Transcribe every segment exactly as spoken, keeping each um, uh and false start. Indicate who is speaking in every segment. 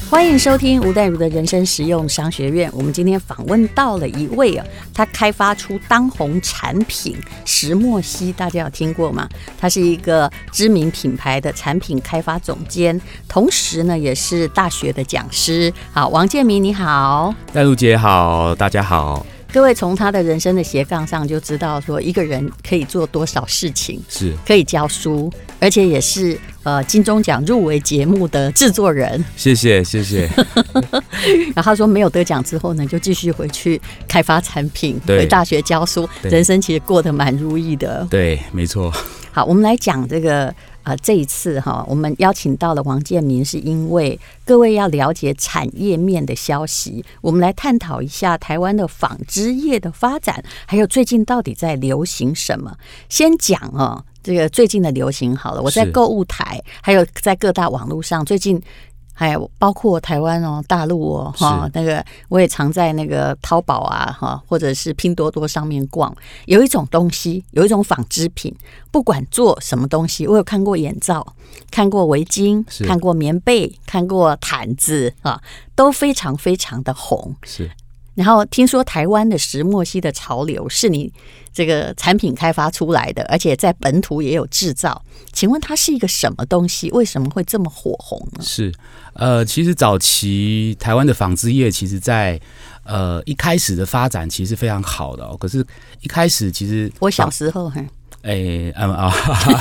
Speaker 1: 欢迎收听吴岱如的人生实用商学院。我们今天访问到了一位啊，他开发出当红产品石墨烯，大家有听过吗？他是一个知名品牌的产品开发总监，同时呢也是大学的讲师。好，王建民你好。
Speaker 2: 岱如姐好，大家好。
Speaker 1: 各位从他的人生的斜杠上就知道，说一个人可以做多少事情，
Speaker 2: 是
Speaker 1: 可以教书，而且也是呃金钟奖入围节目的制作人。
Speaker 2: 谢谢谢谢。
Speaker 1: 然后他说没有得奖之后呢，就继续回去开发产品，回大学教书，人生其实过得蛮如意的。
Speaker 2: 对，没错。
Speaker 1: 好，我们来讲这个。呃，这一次哈，我们邀请到了王建民，是因为各位要了解产业面的消息，我们来探讨一下台湾的纺织业的发展，还有最近到底在流行什么。先讲哦，这个最近的流行好了，我在购物台，还有在各大网络上，最近。还有包括台湾哦、大陆哦，哈，那个我也常在那个淘宝啊，哈，或者是拼多多上面逛。有一种东西，有一种纺织品，不管做什么东西，我有看过眼罩，看过围巾，看过棉被，看过毯子啊，都非常非常的红。
Speaker 2: 是。
Speaker 1: 然后听说台湾的石墨烯的潮流是你这个产品开发出来的，而且在本土也有制造。请问它是一个什么东西？为什么会这么火红呢？
Speaker 2: 是，呃，其实早期台湾的纺织业，其实在呃一开始的发展其实非常好的哦。可是，一开始其实
Speaker 1: 我小时候，
Speaker 2: 哎，嗯啊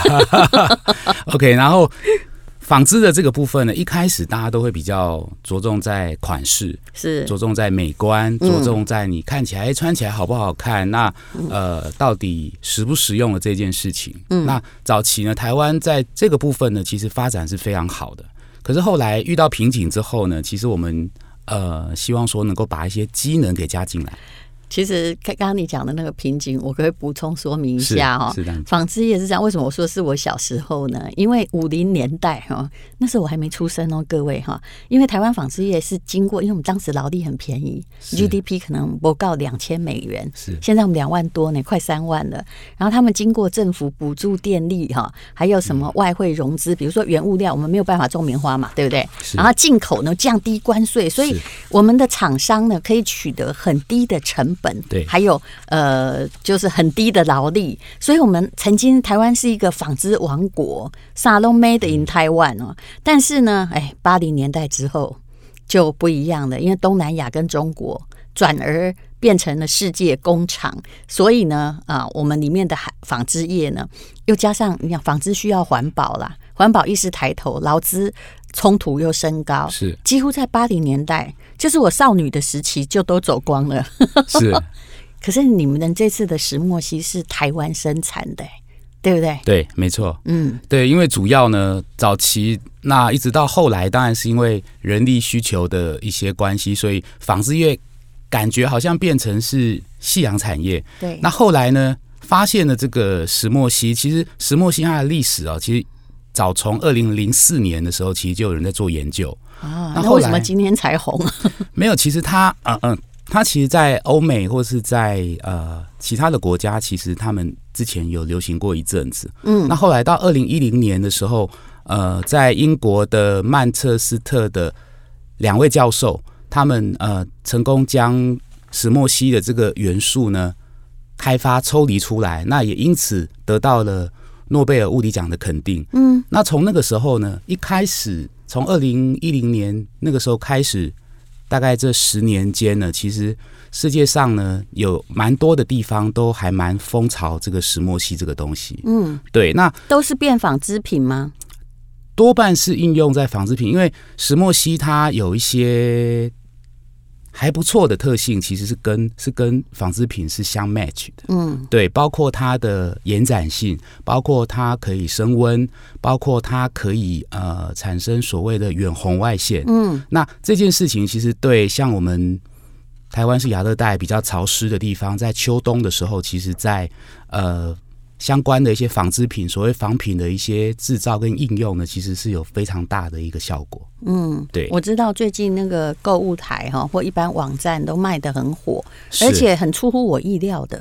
Speaker 2: ，OK， 然后。纺织的这个部分呢，一开始大家都会比较着重在款式，
Speaker 1: 是
Speaker 2: 着重在美观，着重在你看起来、嗯、穿起来好不好看，那呃到底实不实用的这件事情。嗯，那早期呢，台湾在这个部分呢，其实发展是非常好的。可是后来遇到瓶颈之后呢，其实我们呃希望说能够把一些机能给加进来。
Speaker 1: 其实刚刚你讲的那个瓶颈，我可以补充说明一下哈。
Speaker 2: 是的，
Speaker 1: 纺织业是这样，为什么我说是我小时候呢？因为五零年代哈，那时候我还没出生哦，各位哈。因为台湾纺织业是经过，因为我们当时劳力很便宜 ，G D P 可能不到两千美元，
Speaker 2: 是
Speaker 1: 现在我们两万多呢，快三万了。然后他们经过政府补助电力哈，还有什么外汇融资，比如说原物料我们没有办法种棉花嘛，对不对？然后进口呢降低关税，所以我们的厂商呢可以取得很低的成本。本
Speaker 2: 对，
Speaker 1: 还有呃，就是很低的劳力，所以我们曾经台湾是一个纺织王国 ，Salon Made in Taiwan 哦。但是呢，哎，八零年代之后就不一样了，因为东南亚跟中国转而变成了世界工厂，所以呢，啊，我们里面的纺织业呢，又加上你看纺织需要环保啦，环保意识抬头，劳资冲突又升高，
Speaker 2: 是
Speaker 1: 几乎在八零年代，就是我少女的时期就都走光了。
Speaker 2: 是，
Speaker 1: 可是你们的这次的石墨烯是台湾生产的，对不对？
Speaker 2: 对，没错。
Speaker 1: 嗯，
Speaker 2: 对，因为主要呢，早期那一直到后来，当然是因为人力需求的一些关系，所以纺织业感觉好像变成是夕阳产业。
Speaker 1: 对，
Speaker 2: 那后来呢，发现了这个石墨烯，其实石墨烯它的历史啊，其实。早从二零零四年的时候，其实就有人在做研究
Speaker 1: 啊。那为什么今天才红？
Speaker 2: 没有，其实它，嗯嗯，它其实，在欧美或是在呃其他的国家，其实他们之前有流行过一阵子。嗯，那后来到二零一零年的时候，呃，在英国的曼彻斯特的两位教授，他们呃成功将石墨烯的这个元素呢开发抽离出来，那也因此得到了。诺贝尔物理奖的肯定，嗯，那从那个时候呢，一开始从二零一零年那个时候开始，大概这十年间呢，其实世界上呢有蛮多的地方都还蛮风潮这个石墨烯这个东西，嗯，对，那
Speaker 1: 都是变纺织品吗？
Speaker 2: 多半是应用在纺织品，因为石墨烯它有一些。还不错的特性，其实是跟是跟纺织品是相 match 的，嗯，对，包括它的延展性，包括它可以升温，包括它可以呃产生所谓的远红外线，嗯，那这件事情其实对像我们台湾是亚热带比较潮湿的地方，在秋冬的时候，其实在呃。相关的一些纺织品，所谓纺品的一些制造跟应用呢，其实是有非常大的一个效果。嗯，对，
Speaker 1: 我知道最近那个购物台哈或一般网站都卖得很火，而且很出乎我意料的，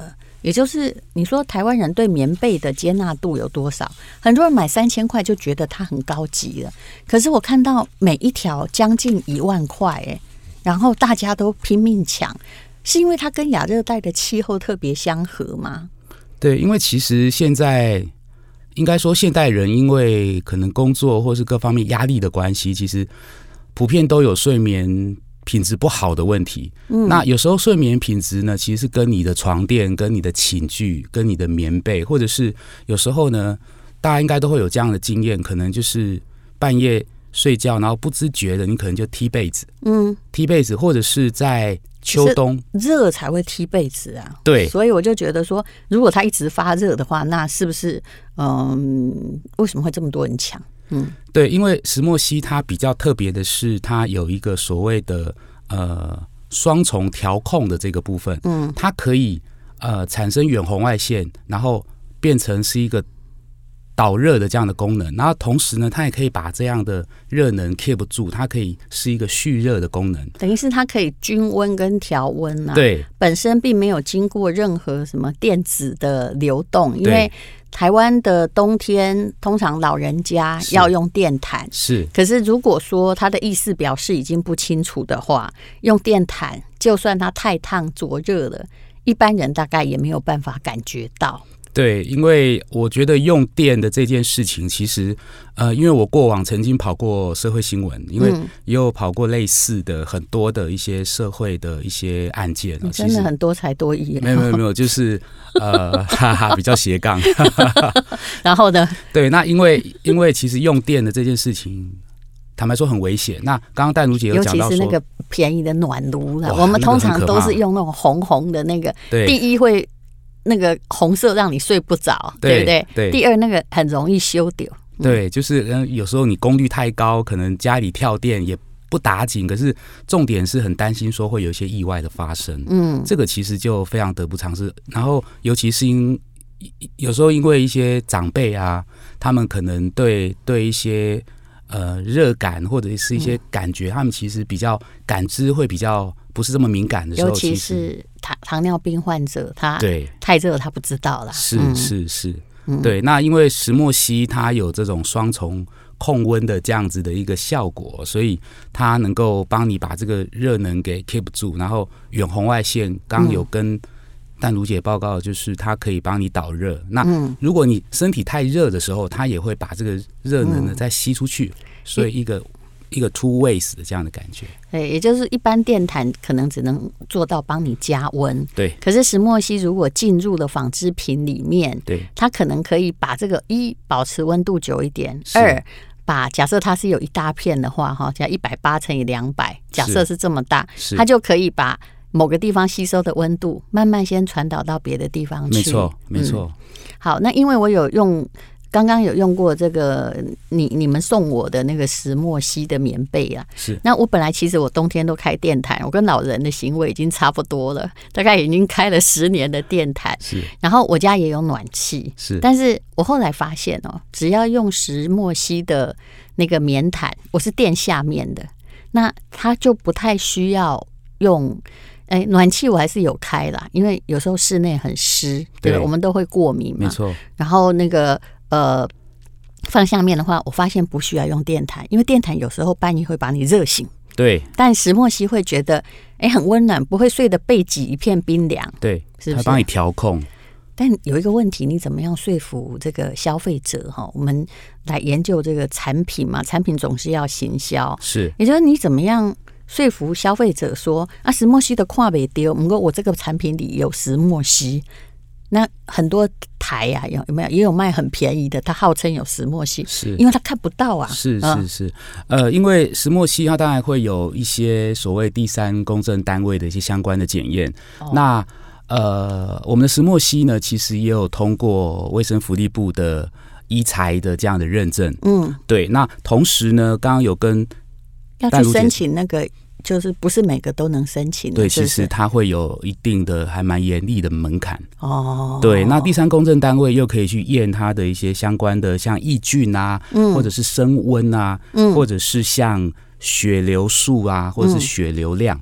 Speaker 1: 也就是你说台湾人对棉被的接纳度有多少？很多人买三千块就觉得它很高级了，可是我看到每一条将近一万块，哎，然后大家都拼命抢，是因为它跟亚热带的气候特别相合吗？
Speaker 2: 对，因为其实现在应该说现代人因为可能工作或是各方面压力的关系，其实普遍都有睡眠品质不好的问题。嗯，那有时候睡眠品质呢，其实是跟你的床垫、跟你的寝具、跟你的棉被，或者是有时候呢，大家应该都会有这样的经验，可能就是半夜睡觉，然后不自觉的你可能就踢被子，嗯，踢被子，或者是在秋冬
Speaker 1: 热才会踢被子啊。
Speaker 2: 对，
Speaker 1: 所以我就觉得说，如果它一直发热的话，那是不是嗯，为什么会这么多人抢？嗯，
Speaker 2: 对，因为石墨烯它比较特别的是，它有一个所谓的呃双重调控的这个部分，嗯，它可以呃产生远红外线，然后变成是一个导热的这样的功能，然后同时呢，它也可以把这样的热能 keep 住，它可以是一个蓄热的功能，
Speaker 1: 等于是它可以均温跟调温啊。
Speaker 2: 对，
Speaker 1: 本身并没有经过任何什么电子的流动，因为台湾的冬天通常老人家要用电毯，
Speaker 2: 是。
Speaker 1: 可是如果说他的意思表示已经不清楚的话，用电毯就算它太烫灼热了，一般人大概也没有办法感觉到。
Speaker 2: 对，因为我觉得用电的这件事情，其实呃，因为我过往曾经跑过社会新闻，因为也有跑过类似的很多的一些社会的一些案件，
Speaker 1: 你真的很多才多艺。
Speaker 2: 没有没有没有，就是呃，哈哈，比较斜杠。
Speaker 1: 然后呢？
Speaker 2: 对，那因为因为其实用电的这件事情，坦白说很危险。那刚刚淡如姐有讲到说，
Speaker 1: 尤其是那个便宜的暖炉啦，我们通常都是用那种红红的那个，第一会。那个红色让你睡不着， 对, 对不对？
Speaker 2: 对。
Speaker 1: 第二，那个很容易修掉。
Speaker 2: 嗯、对，就是有时候你功率太高，可能家里跳电也不打紧，可是重点是很担心说会有一些意外的发生。嗯，这个其实就非常得不偿失。然后，尤其是因有时候因为一些长辈啊，他们可能对对一些呃热感或者是一些感觉，嗯、他们其实比较感知会比较不是这么敏感的时候，
Speaker 1: 尤其是糖糖尿病患者，他
Speaker 2: 对
Speaker 1: 太热他不知道啦。
Speaker 2: 是是是，嗯、对。那因为石墨烯它有这种双重控温的这样子的一个效果，所以它能够帮你把这个热能给 keep 住，然后远红外线刚刚有跟淡如姐报告，就是它可以帮你导热。那如果你身体太热的时候，它也会把这个热能呢再吸出去，所以一个。一个 two ways 的这样的感觉，
Speaker 1: 对，也就是一般电毯可能只能做到帮你加温，
Speaker 2: 对。
Speaker 1: 可是石墨烯如果进入了纺织品里面，
Speaker 2: 对，
Speaker 1: 它可能可以把这个一保持温度久一点，二把假设它是有一大片的话，哈，加一百八乘以两百，假设是这么大，它就可以把某个地方吸收的温度慢慢先传导到别的地方去，
Speaker 2: 没错，没错、
Speaker 1: 嗯。好，那因为我有用。刚刚有用过这个你你们送我的那个石墨烯的棉被啊，
Speaker 2: 是。
Speaker 1: 那我本来其实我冬天都开电毯，我跟老人的行为已经差不多了，大概已经开了十年的电毯，
Speaker 2: 是。
Speaker 1: 然后我家也有暖气，
Speaker 2: 是。
Speaker 1: 但是我后来发现哦，只要用石墨烯的那个棉毯，我是垫下面的，那它就不太需要用。哎，暖气我还是有开啦，因为有时候室内很湿，对吧？我们都会过敏嘛，
Speaker 2: 没错。
Speaker 1: 然后那个呃，放下面的话，我发现不需要用电毯，因为电毯有时候半夜会把你热醒。
Speaker 2: 对。
Speaker 1: 但石墨烯会觉得，哎，很温暖，不会睡得背脊一片冰凉。
Speaker 2: 对，
Speaker 1: 是不是？
Speaker 2: 它帮你调控。
Speaker 1: 但有一个问题，你怎么样说服这个消费者哈？我们来研究这个产品嘛，产品总是要行销，
Speaker 2: 是。
Speaker 1: 也就是你怎么样说服消费者说啊，石墨烯的看不丢，不过我这个产品里有石墨烯。那很多台啊，有有没有也有卖很便宜的，它号称有石墨烯，
Speaker 2: 是
Speaker 1: 因为它看不到啊。
Speaker 2: 是是是，嗯、呃，因为石墨烯它当然会有一些所谓第三公正单位的一些相关的检验。哦、那呃，我们的石墨烯呢，其实也有通过卫生福利部的医材的这样的认证。嗯，对。那同时呢，刚刚有跟
Speaker 1: 要去申请那个。就是不是每个都能申请的，
Speaker 2: 对，
Speaker 1: 是是
Speaker 2: 其实它会有一定的还蛮严厉的门槛哦。对，那第三公证单位又可以去验它的一些相关的，像抑菌啊，嗯、或者是升温啊，嗯、或者是像血流数啊，或者是血流量，嗯、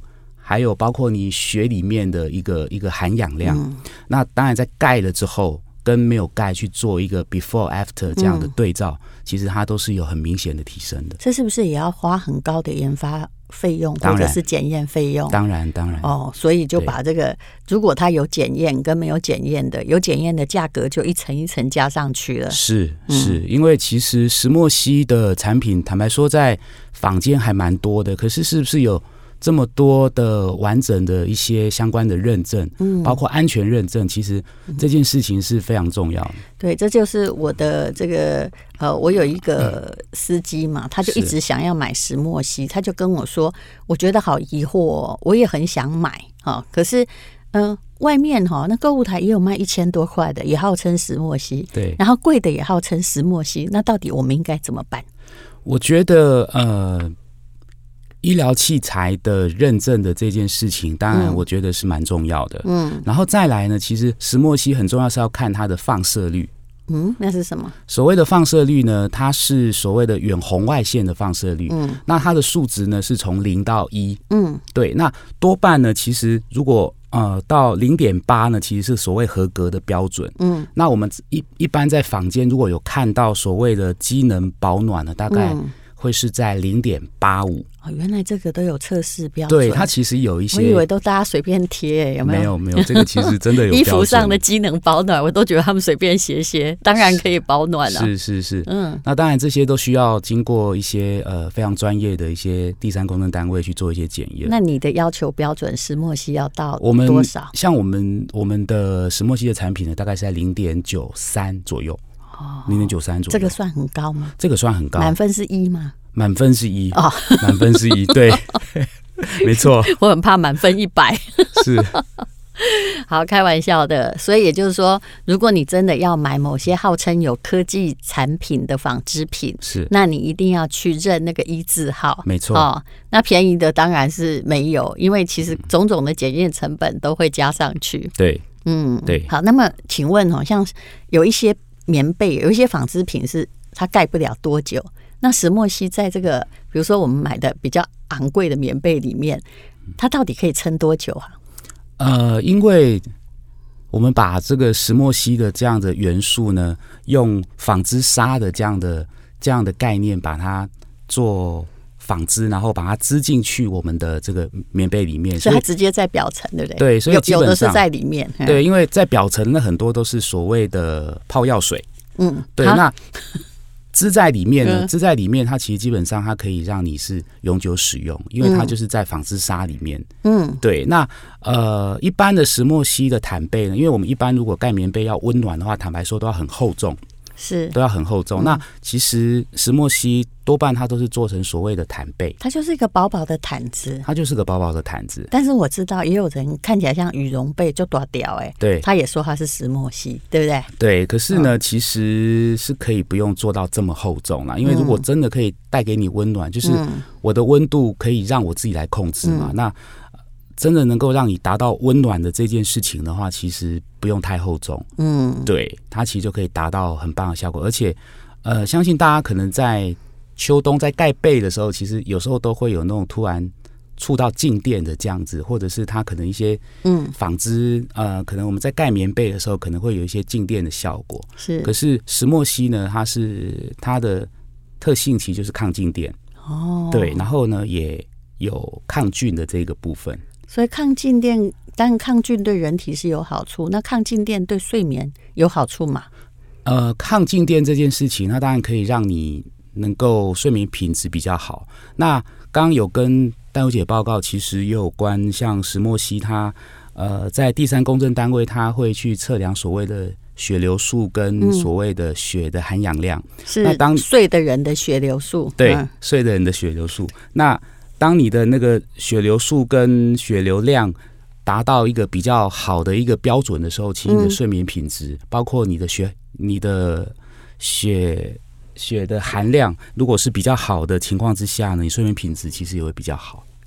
Speaker 2: 还有包括你血里面的一个一个含氧量。嗯、那当然在盖了之后，跟没有盖去做一个 before after 这样的对照，嗯、其实它都是有很明显的提升的。
Speaker 1: 这是不是也要花很高的研发费用或者是检验费用？
Speaker 2: 当然当然
Speaker 1: 哦，所以就把这个，如果它有检验跟没有检验的，有检验的价格就一层一层加上去了。
Speaker 2: 是是、嗯、因为其实石墨烯的产品坦白说在坊间还蛮多的，可是是不是有这么多的完整的一些相关的认证，嗯，包括安全认证，其实这件事情是非常重要的。
Speaker 1: 对，这就是我的这个呃，我有一个司机嘛，他就一直想要买石墨烯，他就跟我说，我觉得好疑惑哦，我也很想买哈，可是嗯、呃，外面哈那购物台也有卖一千多块的，也号称石墨烯，
Speaker 2: 对，
Speaker 1: 然后贵的也号称石墨烯，那到底我们应该怎么办？
Speaker 2: 我觉得呃。医疗器材的认证的这件事情，当然我觉得是蛮重要的。嗯，然后再来呢，其实石墨烯很重要是要看它的放射率。
Speaker 1: 嗯，那是什么？
Speaker 2: 所谓的放射率呢，它是所谓的远红外线的放射率。嗯，那它的数值呢是从零到一。嗯，对，那多半呢，其实如果呃到零点八呢，其实是所谓合格的标准。嗯，那我们一一般在坊间如果有看到所谓的机能保暖呢，大概、嗯。会是在零点八五
Speaker 1: 哦，原来这个都有测试标准。
Speaker 2: 对，它其实有一些，
Speaker 1: 我以为都大家随便贴，有没有？
Speaker 2: 没有没有，这个其实真的有标准。
Speaker 1: 衣服上的机能保暖，我都觉得他们随便写写，当然可以保暖了、啊。
Speaker 2: 是是是，嗯，那当然这些都需要经过一些呃非常专业的一些第三公证单位去做一些检验。
Speaker 1: 那你的要求标准石墨烯要到多少？
Speaker 2: 像我们我们的石墨烯的产品呢，大概是在零点九三左右。哦，零点九三左右，
Speaker 1: 这个算很高吗？
Speaker 2: 这个算很高，
Speaker 1: 满分是一吗？
Speaker 2: 满分是一哦，满分是一，对，没错。
Speaker 1: 我很怕满分一百，
Speaker 2: 是。
Speaker 1: 好，开玩笑的。所以也就是说，如果你真的要买某些号称有科技产品的纺织品，
Speaker 2: 是，
Speaker 1: 那你一定要去认那个一字号，
Speaker 2: 没错。
Speaker 1: 哦，那便宜的当然是没有，因为其实种种的检验成本都会加上去。
Speaker 2: 对，嗯，对。
Speaker 1: 好，那么请问哦，像有一些棉被，有一些纺织品是它盖不了多久。那石墨烯在这个，比如说我们买的比较昂贵的棉被里面，它到底可以撑多久啊？
Speaker 2: 呃，因为我们把这个石墨烯的这样的元素呢，用纺织纱的这样的这样的概念，把它做纺织，然后把它织进去我们的这个棉被里面，
Speaker 1: 所以它直接在表层，对不对？
Speaker 2: 对，所以
Speaker 1: 有有的是在里面。
Speaker 2: 对，因为在表层呢，很多都是所谓的泡药水。嗯，对，那。织在里面呢，织在里面，它其实基本上它可以让你是永久使用，因为它就是在纺织纱里面。嗯，对。那呃，一般的石墨烯的毯被呢，因为我们一般如果盖棉被要温暖的话，坦白说都要很厚重，
Speaker 1: 是
Speaker 2: 都要很厚重。嗯、那其实石墨烯多半它都是做成所谓的毯被，
Speaker 1: 它就是一个薄薄的毯子，
Speaker 2: 它就是个薄薄的毯子。
Speaker 1: 但是我知道也有人看起来像羽绒被就大条哎，
Speaker 2: 对，
Speaker 1: 他也说它是石墨烯，对不对？
Speaker 2: 对，可是呢，嗯、其实是可以不用做到这么厚重啦，因为如果真的可以带给你温暖，嗯、就是我的温度可以让我自己来控制嘛，嗯、那。真的能够让你达到温暖的这件事情的话，其实不用太厚重，嗯，对，它其实就可以达到很棒的效果。而且，呃，相信大家可能在秋冬在盖被的时候，其实有时候都会有那种突然触到静电的这样子，或者是它可能一些嗯纺织呃，可能我们在盖棉被的时候可能会有一些静电的效果。
Speaker 1: 是，
Speaker 2: 可是石墨烯呢，它是它的特性其实就是抗静电哦，对，然后呢也有抗菌的这个部分。
Speaker 1: 所以抗静电，但抗菌对人体是有好处。那抗静电对睡眠有好处吗？
Speaker 2: 呃，抗静电这件事情，它当然可以让你能够睡眠品质比较好。那刚刚有跟淡如姐报告，其实也有关像石墨烯它，呃，在第三公证单位，它会去测量所谓的血流速跟所谓的血的含氧量。嗯、
Speaker 1: 是那当睡的人的血流速，
Speaker 2: 对，嗯、睡的人的血流速。那当你的那个血流速跟血流量达到一个比较好的一个标准的时候，其实你的睡眠品质，嗯、包括你的血、你的血血的含量，如果是比较好的情况之下呢，你睡眠品质其实也会比较好。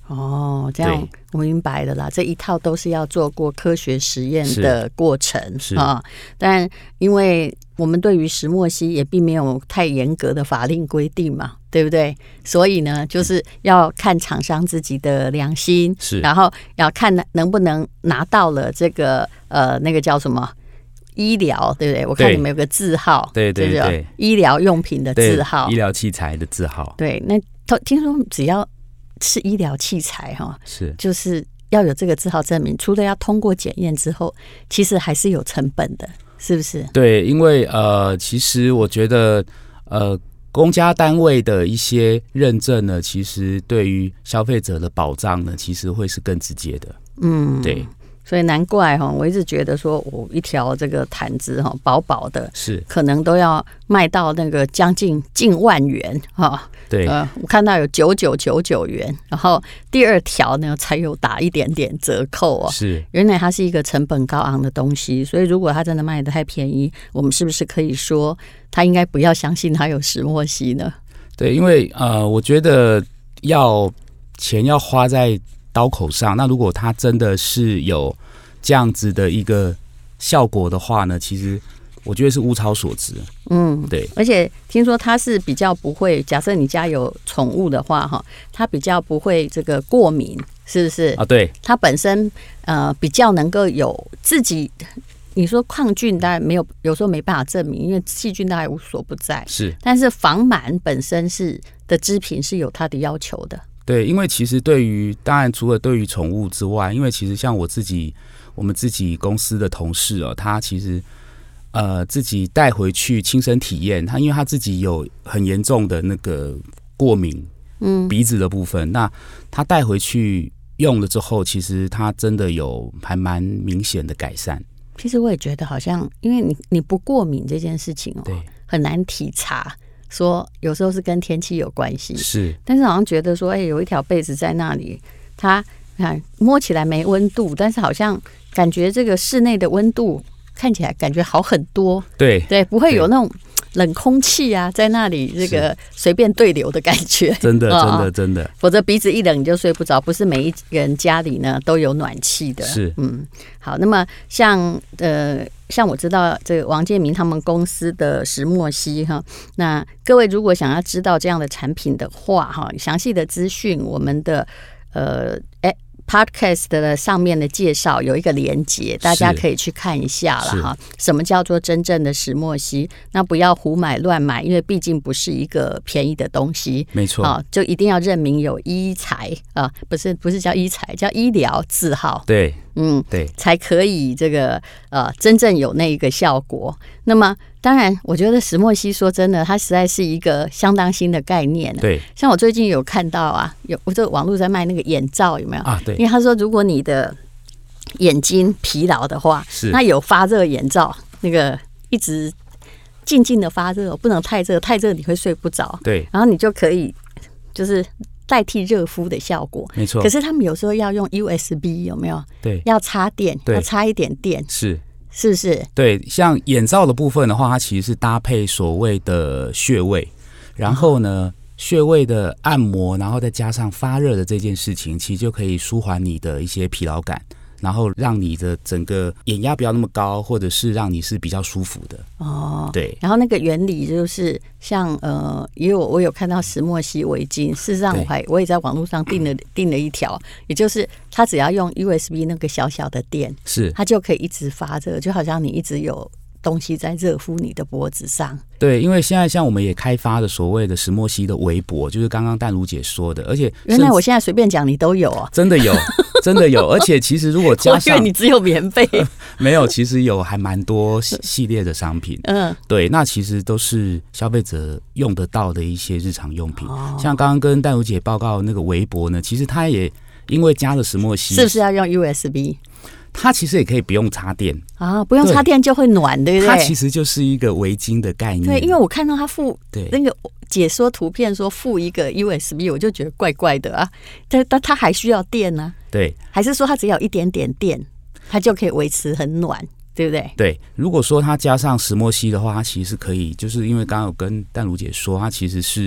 Speaker 1: 哦，这样我明白了啦，这一套都是要做过科学实验的过程啊。但因为我们对于石墨烯也并没有太严格的法令规定嘛，对不对？所以呢，就是要看厂商自己的良心，
Speaker 2: 是，
Speaker 1: 然后要看能不能拿到了这个呃那个叫什么医疗，对不对？我看你们有个字号，
Speaker 2: 对对 对, 对，
Speaker 1: 医疗用品的字号，
Speaker 2: 医疗器材的字号。
Speaker 1: 对，那听说只要是医疗器材哈，
Speaker 2: 是
Speaker 1: 就是要有这个字号证明，除了要通过检验之后，其实还是有成本的。是不是？
Speaker 2: 对，因为呃，其实我觉得呃，公家单位的一些认证呢，其实对于消费者的保障呢，其实会是更直接的。
Speaker 1: 嗯，
Speaker 2: 对。
Speaker 1: 所以难怪哈，我一直觉得说，我一条这个毯子哈，薄薄的，
Speaker 2: 是
Speaker 1: 可能都要卖到那个将近近万元哈。
Speaker 2: 对，
Speaker 1: 呃，我看到有九九九九元，然后第二条呢才有打一点点折扣哦。
Speaker 2: 是，
Speaker 1: 原来它是一个成本高昂的东西，所以如果它真的卖得太便宜，我们是不是可以说它应该不要相信它有石墨烯呢？
Speaker 2: 对，因为呃，我觉得要钱要花在刀口上，那如果它真的是有这样子的一个效果的话呢，其实我觉得是物超所值。
Speaker 1: 嗯，
Speaker 2: 对。
Speaker 1: 而且听说它是比较不会，假设你家有宠物的话，哈，它比较不会这个过敏，是不是？
Speaker 2: 啊，对。
Speaker 1: 它本身呃比较能够有自己，你说抗菌当然没有，有时候没办法证明，因为细菌大概无所不在。
Speaker 2: 是。
Speaker 1: 但是防螨本身是的织品是有它的要求的。
Speaker 2: 对，因为其实对于当然除了对于宠物之外，因为其实像我自己我们自己公司的同事哦，他其实呃自己带回去亲身体验，他因为他自己有很严重的那个过敏，嗯，鼻子的部分，那他带回去用了之后，其实他真的有还蛮明显的改善。
Speaker 1: 其实我也觉得好像，因为你你不过敏这件事情哦，
Speaker 2: 对，
Speaker 1: 很难体察。说有时候是跟天气有关系，
Speaker 2: 是，
Speaker 1: 但是好像觉得说，哎、欸，有一条被子在那里，它看摸起来没温度，但是好像感觉这个室内的温度看起来感觉好很多，
Speaker 2: 对
Speaker 1: 对，不会有那种冷空气啊，在那里这个随便对流的感觉，
Speaker 2: 真的，真的，真的，
Speaker 1: 否则鼻子一冷你就睡不着。不是每一个人家里呢都有暖气的，
Speaker 2: 是，
Speaker 1: 嗯，好，那么像呃。像我知道这个王建民他们公司的石墨烯哈，那各位如果想要知道这样的产品的话哈，详细的资讯我们的呃哎 podcast 的上面的介绍有一个连结，大家可以去看一下了哈。什么叫做真正的石墨烯？那不要胡买乱买，因为毕竟不是一个便宜的东西，
Speaker 2: 没错啊，
Speaker 1: 就一定要认明有医材啊，不是不是叫医材，叫医疗字号。
Speaker 2: 对。
Speaker 1: 嗯，
Speaker 2: 对，
Speaker 1: 才可以这个呃真正有那一个效果。那么当然，我觉得石墨烯说真的，它实在是一个相当新的概念。
Speaker 2: 对，
Speaker 1: 像我最近有看到啊，有我这网络在卖那个眼罩，有没有
Speaker 2: 啊？对，
Speaker 1: 因为他说如果你的眼睛疲劳的话，
Speaker 2: 是
Speaker 1: 那有发热眼罩，那个一直静静的发热，不能太热，太热你会睡不着。
Speaker 2: 对，
Speaker 1: 然后你就可以就是代替热敷的效果，
Speaker 2: 没错。
Speaker 1: 可是他们有时候要用 U S B， 有没有？
Speaker 2: 对，
Speaker 1: 要插电，要插一点电，
Speaker 2: 是
Speaker 1: 是不是？
Speaker 2: 对，像眼罩的部分的话，它其实是搭配所谓的穴位，然后呢，穴位的按摩，然后再加上发热的这件事情，其实就可以舒缓你的一些疲劳感。然后让你的整个眼压不要那么高，或者是让你是比较舒服的
Speaker 1: 哦。
Speaker 2: 对，
Speaker 1: 然后那个原理就是像呃，也有我有看到石墨烯围巾，事实上我还我也在网络上订了订了一条，也就是它只要用 U S B 那个小小的电，
Speaker 2: 是它
Speaker 1: 就可以一直发热，就好像你一直有东西在热敷你的脖子上。
Speaker 2: 对，因为现在像我们也开发的所谓的石墨烯的围脖，就是刚刚淡如姐说的，而且
Speaker 1: 原来我现在随便讲你都有啊，
Speaker 2: 真的有，真的有，而且其实如果加上，
Speaker 1: 我以为你只有棉被，
Speaker 2: 没有，其实有还蛮多系列的商品，嗯，对，那其实都是消费者用得到的一些日常用品，哦、像刚刚跟淡如姐报告的那个围脖呢，其实它也因为加了石墨烯，
Speaker 1: 是不是要用 U S B？
Speaker 2: 它其实也可以不用插电
Speaker 1: 啊，不用插电就会暖， 对, 对不对？
Speaker 2: 它其实就是一个围巾的概念。
Speaker 1: 对，因为我看到它附那个解说图片说附一个 U S B， 我就觉得怪怪的啊。但但它还需要电呢、啊？
Speaker 2: 对，
Speaker 1: 还是说它只要一点点电，它就可以维持很暖，对不对？
Speaker 2: 对，如果说它加上石墨烯的话，它其实是可以，就是因为刚刚有跟淡如姐说，它其实是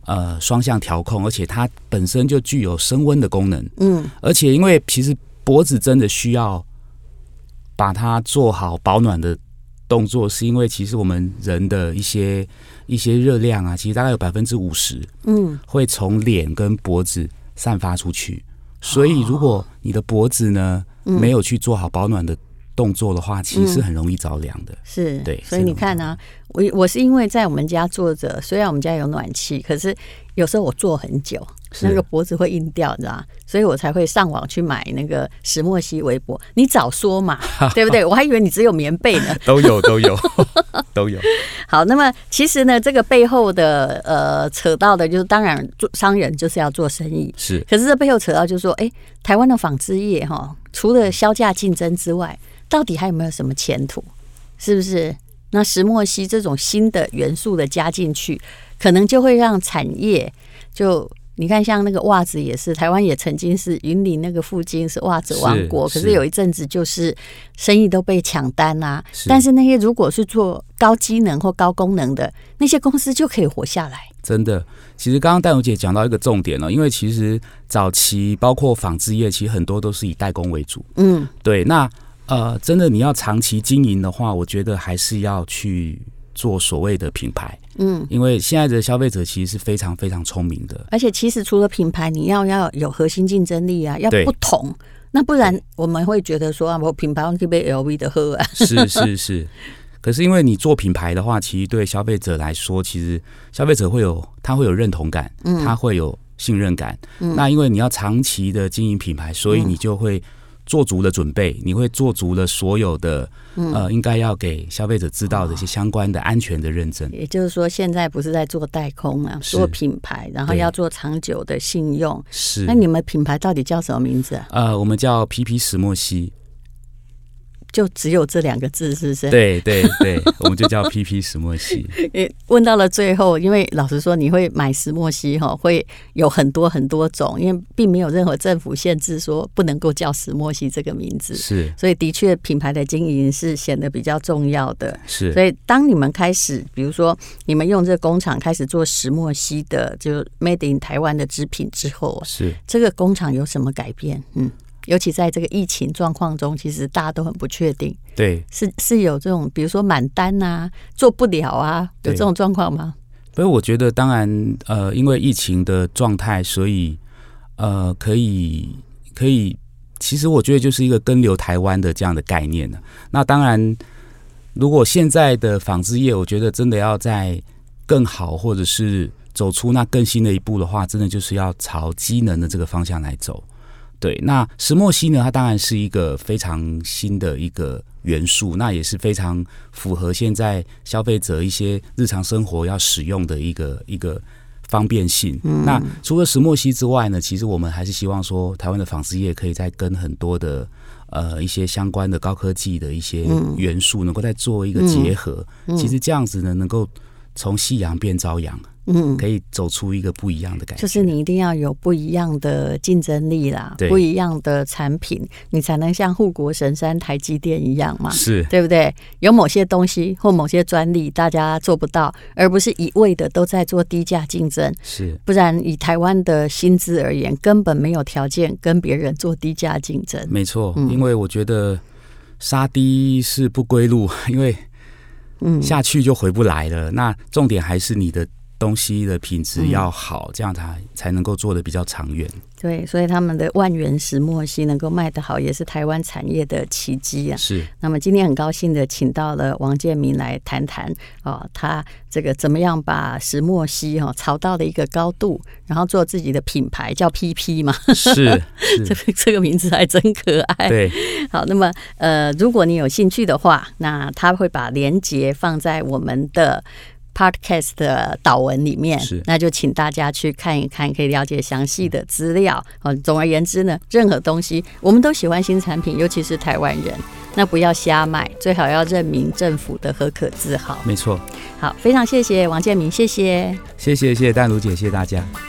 Speaker 2: 呃双向调控，而且它本身就具有升温的功能。
Speaker 1: 嗯，
Speaker 2: 而且因为其实脖子真的需要把它做好保暖的动作，是因为其实我们人的一些一些热量啊，其实大概有百分之五十，嗯，会从脸跟脖子散发出去。所以如果你的脖子呢、嗯、没有去做好保暖的动作的话，其实是很容易着凉的。
Speaker 1: 是，
Speaker 2: 对，
Speaker 1: 所以你看啊，我我是因为在我们家坐着，虽然我们家有暖气，可是有时候我坐很久，那个脖子会硬掉，你知道吗？所以我才会上网去买那个石墨烯围脖。你早说嘛，对不对？我还以为你只有棉被呢。
Speaker 2: 都有，都有，都有。
Speaker 1: 好，那么其实呢，这个背后的呃扯到的，就是当然做商人就是要做生意，
Speaker 2: 是。
Speaker 1: 可是这背后扯到就是说，哎，台湾的纺织业哈，除了销价竞争之外，到底还有没有什么前途？是不是？那石墨烯这种新的元素的加进去，可能就会让产业就你看，像那个袜子也是，台湾也曾经是云林那个附近是袜子王国，可是有一阵子就是生意都被抢单啊。但是那些如果是做高机能或高功能的那些公司就可以活下来。
Speaker 2: 真的，其实刚刚淡如姐讲到一个重点了，因为其实早期包括纺织业，其实很多都是以代工为主。嗯，对，那。呃，真的你要长期经营的话，我觉得还是要去做所谓的品牌。嗯，因为现在的消费者其实是非常非常聪明的，
Speaker 1: 而且其实除了品牌，你要要有核心竞争力啊，要不同，那不然我们会觉得说啊，我品牌我可以被 L V 的喝啊。
Speaker 2: 是是是，可是因为你做品牌的话，其实对消费者来说，其实消费者会有他会有认同感，嗯，他会有信任感。嗯，那因为你要长期的经营品牌，所以你就会。做足了准备，你会做足了所有的、嗯、呃，应该要给消费者知道的一些相关的安全的认证。
Speaker 1: 也就是说，现在不是在做代工啊，做品牌，然后要做长久的信用。
Speaker 2: 是，
Speaker 1: 那你们品牌到底叫什么名字啊？
Speaker 2: 呃，我们叫 P P 石墨烯。
Speaker 1: 就只有这两个字，是不是？
Speaker 2: 对对对，我们就叫 P P 石墨烯。
Speaker 1: 问到了最后，因为老实说，你会买石墨烯哈，会有很多很多种，因为并没有任何政府限制说不能够叫石墨烯这个名字，
Speaker 2: 是。所
Speaker 1: 以的确，品牌的经营是显得比较重要的。
Speaker 2: 是。
Speaker 1: 所以当你们开始，比如说你们用这个工厂开始做石墨烯的，就 Made in 台湾的织品之后，
Speaker 2: 是
Speaker 1: 这个工厂有什么改变？嗯。尤其在这个疫情状况中，其实大家都很不确定。
Speaker 2: 对，
Speaker 1: 是是有这种，比如说满单啊，做不了啊，有这种状况吗？
Speaker 2: 所以我觉得，当然，呃，因为疫情的状态，所以呃，可以可以，其实我觉得就是一个跟留台湾的这样的概念呢。那当然，如果现在的纺织业，我觉得真的要在更好，或者是走出那更新的一步的话，真的就是要朝机能的这个方向来走。对，那石墨烯呢？它当然是一个非常新的一个元素，那也是非常符合现在消费者一些日常生活要使用的一个一个方便性。嗯、那除了石墨烯之外呢，其实我们还是希望说，台湾的纺织业可以再跟很多的呃一些相关的高科技的一些元素，能够再做一个结合。嗯嗯、其实这样子呢，能够从夕阳变朝阳。嗯，可以走出一个不一样的感觉，
Speaker 1: 就是你一定要有不一样的竞争力啦，不一样的产品，你才能像护国神山台积电一样嘛，
Speaker 2: 是
Speaker 1: 对不对？有某些东西或某些专利大家做不到，而不是一味的都在做低价竞争，
Speaker 2: 是，
Speaker 1: 不然以台湾的薪资而言，根本没有条件跟别人做低价竞争。
Speaker 2: 没错，嗯、因为我觉得杀低是不归路，因为嗯下去就回不来了。那重点还是你的东西的品质要好，嗯、这样才才能够做得比较长远。
Speaker 1: 对，所以他们的万元石墨烯能够卖得好，也是台湾产业的奇迹啊。
Speaker 2: 是。
Speaker 1: 那么今天很高兴的请到了王建民来谈谈哦，他这个怎么样把石墨烯哈炒到了一个高度，然后做自己的品牌，叫 P P 嘛。
Speaker 2: 是。是
Speaker 1: 这个这个名字还真可爱。
Speaker 2: 对。
Speaker 1: 好，那么呃，如果你有兴趣的话，那他会把连结放在我们的Podcast 的导文里面，那就请大家去看一看，可以了解详细的资料。总而言之呢，任何东西我们都喜欢新产品，尤其是台湾人，那不要瞎买，最好要认明政府的核可字号。
Speaker 2: 没错。
Speaker 1: 好，非常谢谢王建民，谢谢，
Speaker 2: 谢谢谢谢淡如姐，谢谢大家。